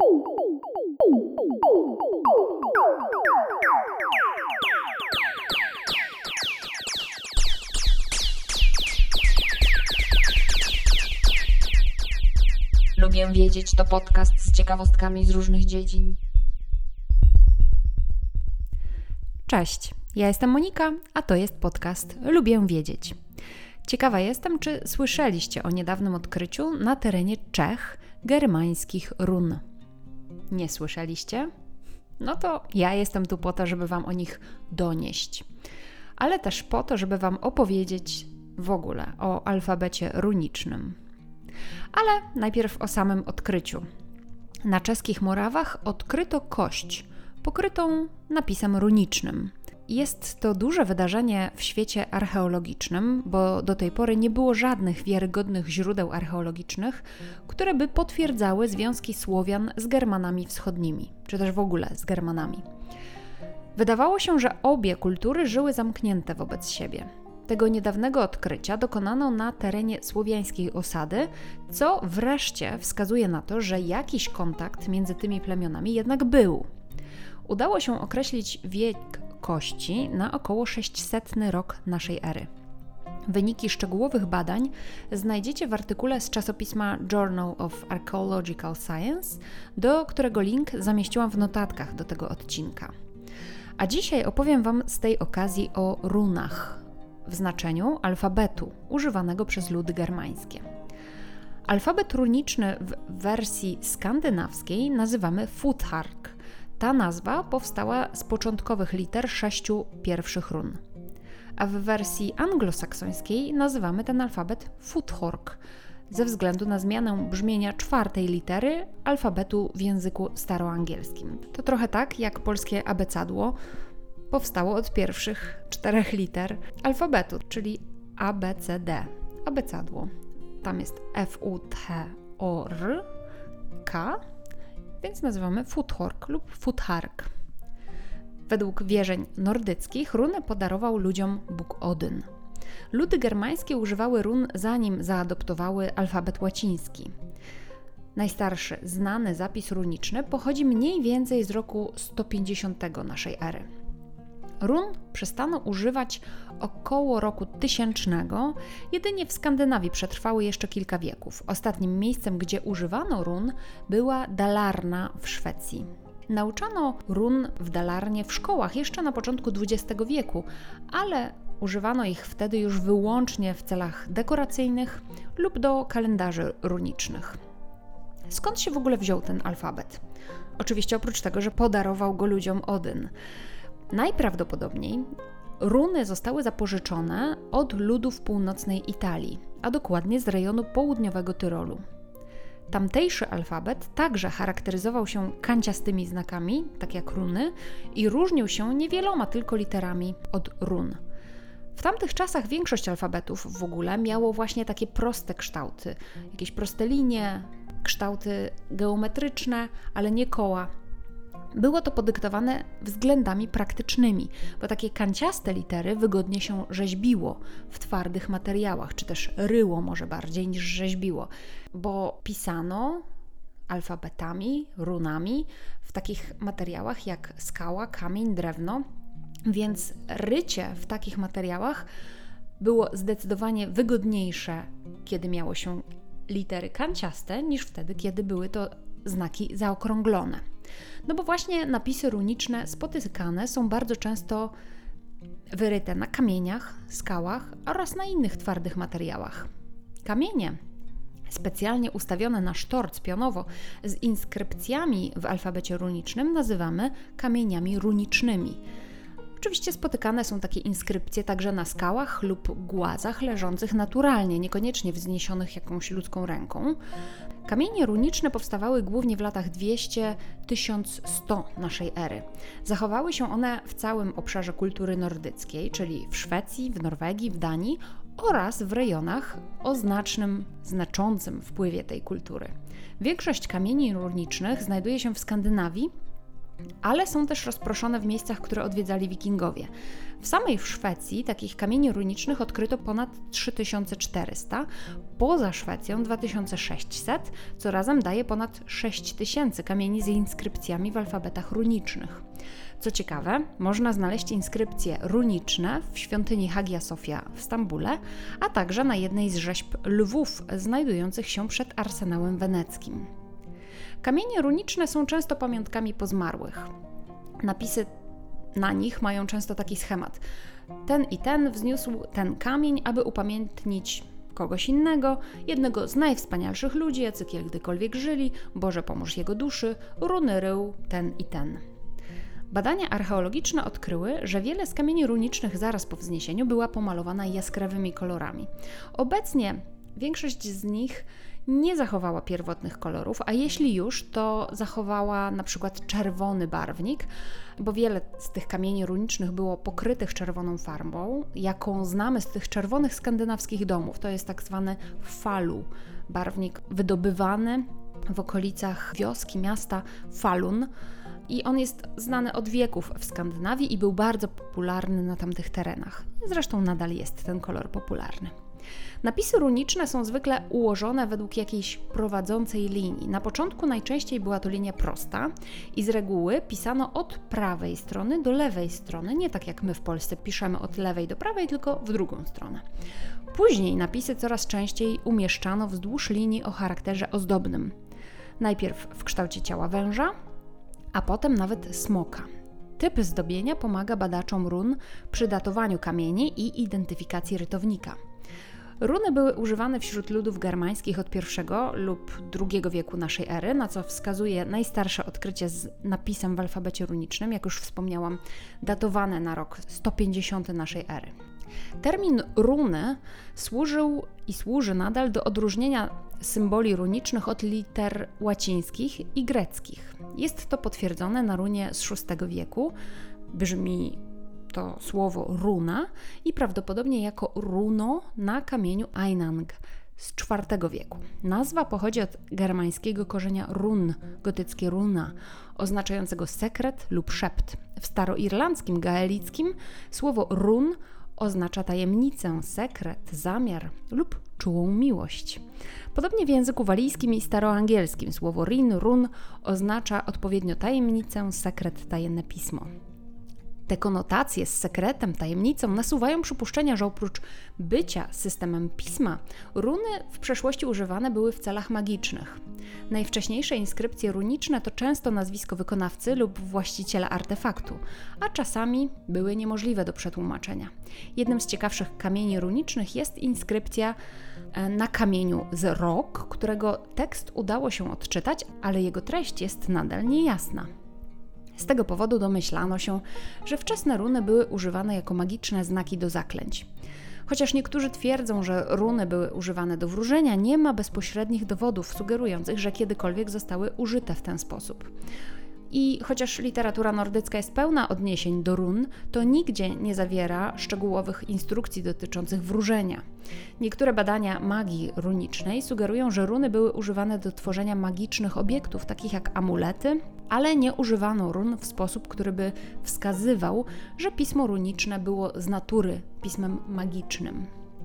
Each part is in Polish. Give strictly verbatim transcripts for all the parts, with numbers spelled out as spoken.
Lubię wiedzieć to podcast z ciekawostkami z różnych dziedzin. Cześć, ja jestem Monika, a to jest podcast Lubię wiedzieć. Ciekawa jestem, czy słyszeliście o niedawnym odkryciu na terenie Czech germańskich run. Nie słyszeliście? No to ja jestem tu po to, żeby Wam o nich donieść, ale też po to, żeby Wam opowiedzieć w ogóle o alfabecie runicznym. Ale najpierw o samym odkryciu. Na czeskich Morawach odkryto kość pokrytą napisem runicznym. Jest to duże wydarzenie w świecie archeologicznym, bo do tej pory nie było żadnych wiarygodnych źródeł archeologicznych, które by potwierdzały związki Słowian z Germanami wschodnimi, czy też w ogóle z Germanami. Wydawało się, że obie kultury żyły zamknięte wobec siebie. Tego niedawnego odkrycia dokonano na terenie słowiańskiej osady, co wreszcie wskazuje na to, że jakiś kontakt między tymi plemionami jednak był. Udało się określić wiek kości na około sześćsetny rok naszej ery. Wyniki szczegółowych badań znajdziecie w artykule z czasopisma Journal of Archaeological Science, do którego link zamieściłam w notatkach do tego odcinka. A dzisiaj opowiem Wam z tej okazji o runach w znaczeniu alfabetu używanego przez ludy germańskie. Alfabet runiczny w wersji skandynawskiej nazywamy futhark. Ta nazwa powstała z początkowych liter sześciu pierwszych run. A w wersji anglosaksońskiej nazywamy ten alfabet futhork ze względu na zmianę brzmienia czwartej litery alfabetu w języku staroangielskim. To trochę tak jak polskie abecadło powstało od pierwszych czterech liter alfabetu, czyli A, B, C, D. Abecadło. Tam jest F, U, T, O, R, K, więc nazywamy futhork lub futhark. Według wierzeń nordyckich runy podarował ludziom Bóg Odyn. Ludy germańskie używały run, zanim zaadoptowały alfabet łaciński. Najstarszy znany zapis runiczny pochodzi mniej więcej z roku sto pięćdziesiątego naszej ery. Run przestano używać około roku tysięcznego, jedynie w Skandynawii przetrwały jeszcze kilka wieków. Ostatnim miejscem, gdzie używano run, była Dalarna w Szwecji. Nauczano run w Dalarnie w szkołach jeszcze na początku dwudziestego wieku, ale używano ich wtedy już wyłącznie w celach dekoracyjnych lub do kalendarzy runicznych. Skąd się w ogóle wziął ten alfabet? Oczywiście oprócz tego, że podarował go ludziom Odyn. Najprawdopodobniej runy zostały zapożyczone od ludów północnej Italii, a dokładnie z rejonu południowego Tyrolu. Tamtejszy alfabet także charakteryzował się kanciastymi znakami, tak jak runy, i różnił się niewieloma tylko literami od run. W tamtych czasach większość alfabetów w ogóle miało właśnie takie proste kształty, jakieś proste linie, kształty geometryczne, ale nie koła. Było to podyktowane względami praktycznymi, bo takie kanciaste litery wygodnie się rzeźbiło w twardych materiałach, czy też ryło może bardziej niż rzeźbiło, bo pisano alfabetami, runami w takich materiałach jak skała, kamień, drewno, więc rycie w takich materiałach było zdecydowanie wygodniejsze, kiedy miało się litery kanciaste, niż wtedy, kiedy były to znaki zaokrąglone. No bo właśnie napisy runiczne spotykane są bardzo często wyryte na kamieniach, skałach oraz na innych twardych materiałach. Kamienie, specjalnie ustawione na sztorc pionowo z inskrypcjami w alfabecie runicznym, nazywamy kamieniami runicznymi. Oczywiście spotykane są takie inskrypcje także na skałach lub głazach leżących naturalnie, niekoniecznie wzniesionych jakąś ludzką ręką. Kamienie runiczne powstawały głównie w latach dwieście do tysiąc sto naszej ery. Zachowały się one w całym obszarze kultury nordyckiej, czyli w Szwecji, w Norwegii, w Danii oraz w rejonach o znacznym, znaczącym wpływie tej kultury. Większość kamieni runicznych znajduje się w Skandynawii, ale są też rozproszone w miejscach, które odwiedzali wikingowie. W samej Szwecji takich kamieni runicznych odkryto ponad trzy tysiące czterysta, poza Szwecją dwa tysiące sześćset, co razem daje ponad sześć tysięcy kamieni z inskrypcjami w alfabetach runicznych. Co ciekawe, można znaleźć inskrypcje runiczne w świątyni Hagia Sofia w Stambule, a także na jednej z rzeźb lwów znajdujących się przed arsenałem weneckim. Kamienie runiczne są często pamiątkami po zmarłych. Napisy na nich mają często taki schemat. Ten i ten wzniósł ten kamień, aby upamiętnić kogoś innego, jednego z najwspanialszych ludzi, jacy kiedykolwiek żyli, Boże pomóż jego duszy, runy rył ten i ten. Badania archeologiczne odkryły, że wiele z kamieni runicznych zaraz po wzniesieniu była pomalowana jaskrawymi kolorami. Obecnie większość z nich nie zachowała pierwotnych kolorów, a jeśli już, to zachowała na przykład czerwony barwnik, bo wiele z tych kamieni runicznych było pokrytych czerwoną farbą, jaką znamy z tych czerwonych skandynawskich domów. To jest tak zwany falu, barwnik wydobywany w okolicach wioski, miasta Falun. I on jest znany od wieków w Skandynawii i był bardzo popularny na tamtych terenach. Zresztą nadal jest ten kolor popularny. Napisy runiczne są zwykle ułożone według jakiejś prowadzącej linii. Na początku najczęściej była to linia prosta i z reguły pisano od prawej strony do lewej strony, nie tak jak my w Polsce piszemy od lewej do prawej, tylko w drugą stronę. Później napisy coraz częściej umieszczano wzdłuż linii o charakterze ozdobnym. Najpierw w kształcie ciała węża, a potem nawet smoka. Typ zdobienia pomaga badaczom run przy datowaniu kamieni i identyfikacji rytownika. Runy były używane wśród ludów germańskich od pierwszego lub drugiego wieku naszej ery, na co wskazuje najstarsze odkrycie z napisem w alfabecie runicznym, jak już wspomniałam, datowane na rok sto pięćdziesiąty naszej ery. Termin runy służył i służy nadal do odróżnienia symboli runicznych od liter łacińskich i greckich. Jest to potwierdzone na runie z szóstego wieku, brzmi to słowo runa i prawdopodobnie jako runo na kamieniu Ainang z czwartego wieku. Nazwa pochodzi od germańskiego korzenia run, gotyckie runa, oznaczającego sekret lub szept. W staroirlandzkim, gaelickim słowo run oznacza tajemnicę, sekret, zamiar lub czułą miłość. Podobnie w języku walijskim i staroangielskim słowo rin, run oznacza odpowiednio tajemnicę, sekret, tajemne pismo. Te konotacje z sekretem, tajemnicą nasuwają przypuszczenia, że oprócz bycia systemem pisma, runy w przeszłości używane były w celach magicznych. Najwcześniejsze inskrypcje runiczne to często nazwisko wykonawcy lub właściciela artefaktu, a czasami były niemożliwe do przetłumaczenia. Jednym z ciekawszych kamieni runicznych jest inskrypcja na kamieniu z Rok, którego tekst udało się odczytać, ale jego treść jest nadal niejasna. Z tego powodu domyślano się, że wczesne runy były używane jako magiczne znaki do zaklęć. Chociaż niektórzy twierdzą, że runy były używane do wróżenia, nie ma bezpośrednich dowodów sugerujących, że kiedykolwiek zostały użyte w ten sposób. I chociaż literatura nordycka jest pełna odniesień do run, to nigdzie nie zawiera szczegółowych instrukcji dotyczących wróżenia. Niektóre badania magii runicznej sugerują, że runy były używane do tworzenia magicznych obiektów, takich jak amulety, ale nie używano run w sposób, który by wskazywał, że pismo runiczne było z natury pismem magicznym.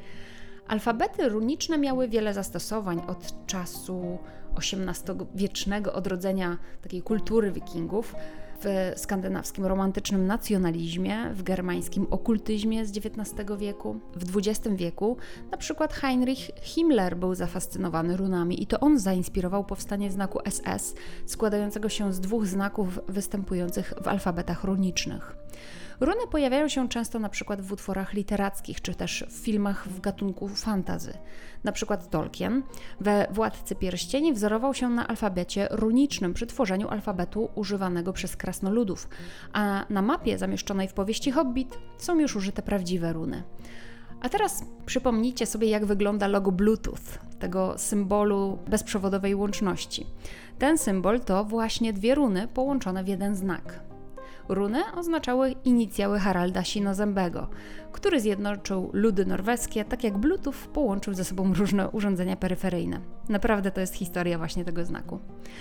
Alfabety runiczne miały wiele zastosowań od czasu osiemnastowiecznego odrodzenia takiej kultury wikingów, w skandynawskim romantycznym nacjonalizmie, w germańskim okultyzmie z dziewiętnastego wieku. W dwudziestym wieku na przykład Heinrich Himmler był zafascynowany runami i to on zainspirował powstanie znaku S S, składającego się z dwóch znaków występujących w alfabetach runicznych. Runy pojawiają się często na przykład w utworach literackich, czy też w filmach w gatunku fantasy. Na przykład Tolkien we Władcy Pierścieni wzorował się na alfabecie runicznym przy tworzeniu alfabetu używanego przez krasnoludów, a na mapie zamieszczonej w powieści Hobbit są już użyte prawdziwe runy. A teraz przypomnijcie sobie, jak wygląda logo Bluetooth, tego symbolu bezprzewodowej łączności. Ten symbol to właśnie dwie runy połączone w jeden znak. Runy oznaczały inicjały Haralda Sinozębego, który zjednoczył ludy norweskie, tak jak Bluetooth połączył ze sobą różne urządzenia peryferyjne. Naprawdę to jest historia właśnie tego znaku.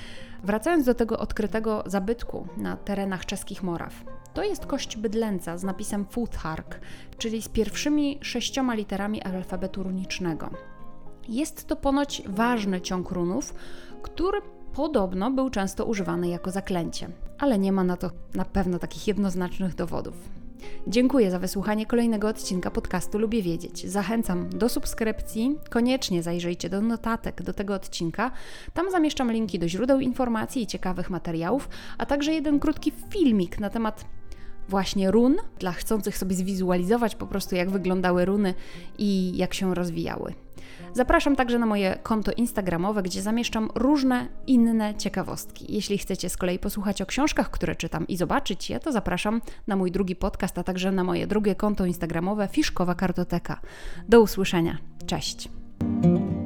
Wracając do tego odkrytego zabytku na terenach czeskich Moraw. To jest kość bydlęca z napisem Futhark, czyli z pierwszymi sześcioma literami alfabetu runicznego. Jest to ponoć ważny ciąg runów, który podobno był często używany jako zaklęcie, ale nie ma na to na pewno takich jednoznacznych dowodów. Dziękuję za wysłuchanie kolejnego odcinka podcastu Lubię Wiedzieć. Zachęcam do subskrypcji, koniecznie zajrzyjcie do notatek do tego odcinka. Tam zamieszczam linki do źródeł informacji i ciekawych materiałów, a także jeden krótki filmik na temat właśnie run, dla chcących sobie zwizualizować po prostu jak wyglądały runy i jak się rozwijały. Zapraszam także na moje konto instagramowe, gdzie zamieszczam różne inne ciekawostki. Jeśli chcecie z kolei posłuchać o książkach, które czytam i zobaczyć je, to zapraszam na mój drugi podcast, a także na moje drugie konto instagramowe Fiszkowa Kartoteka. Do usłyszenia. Cześć!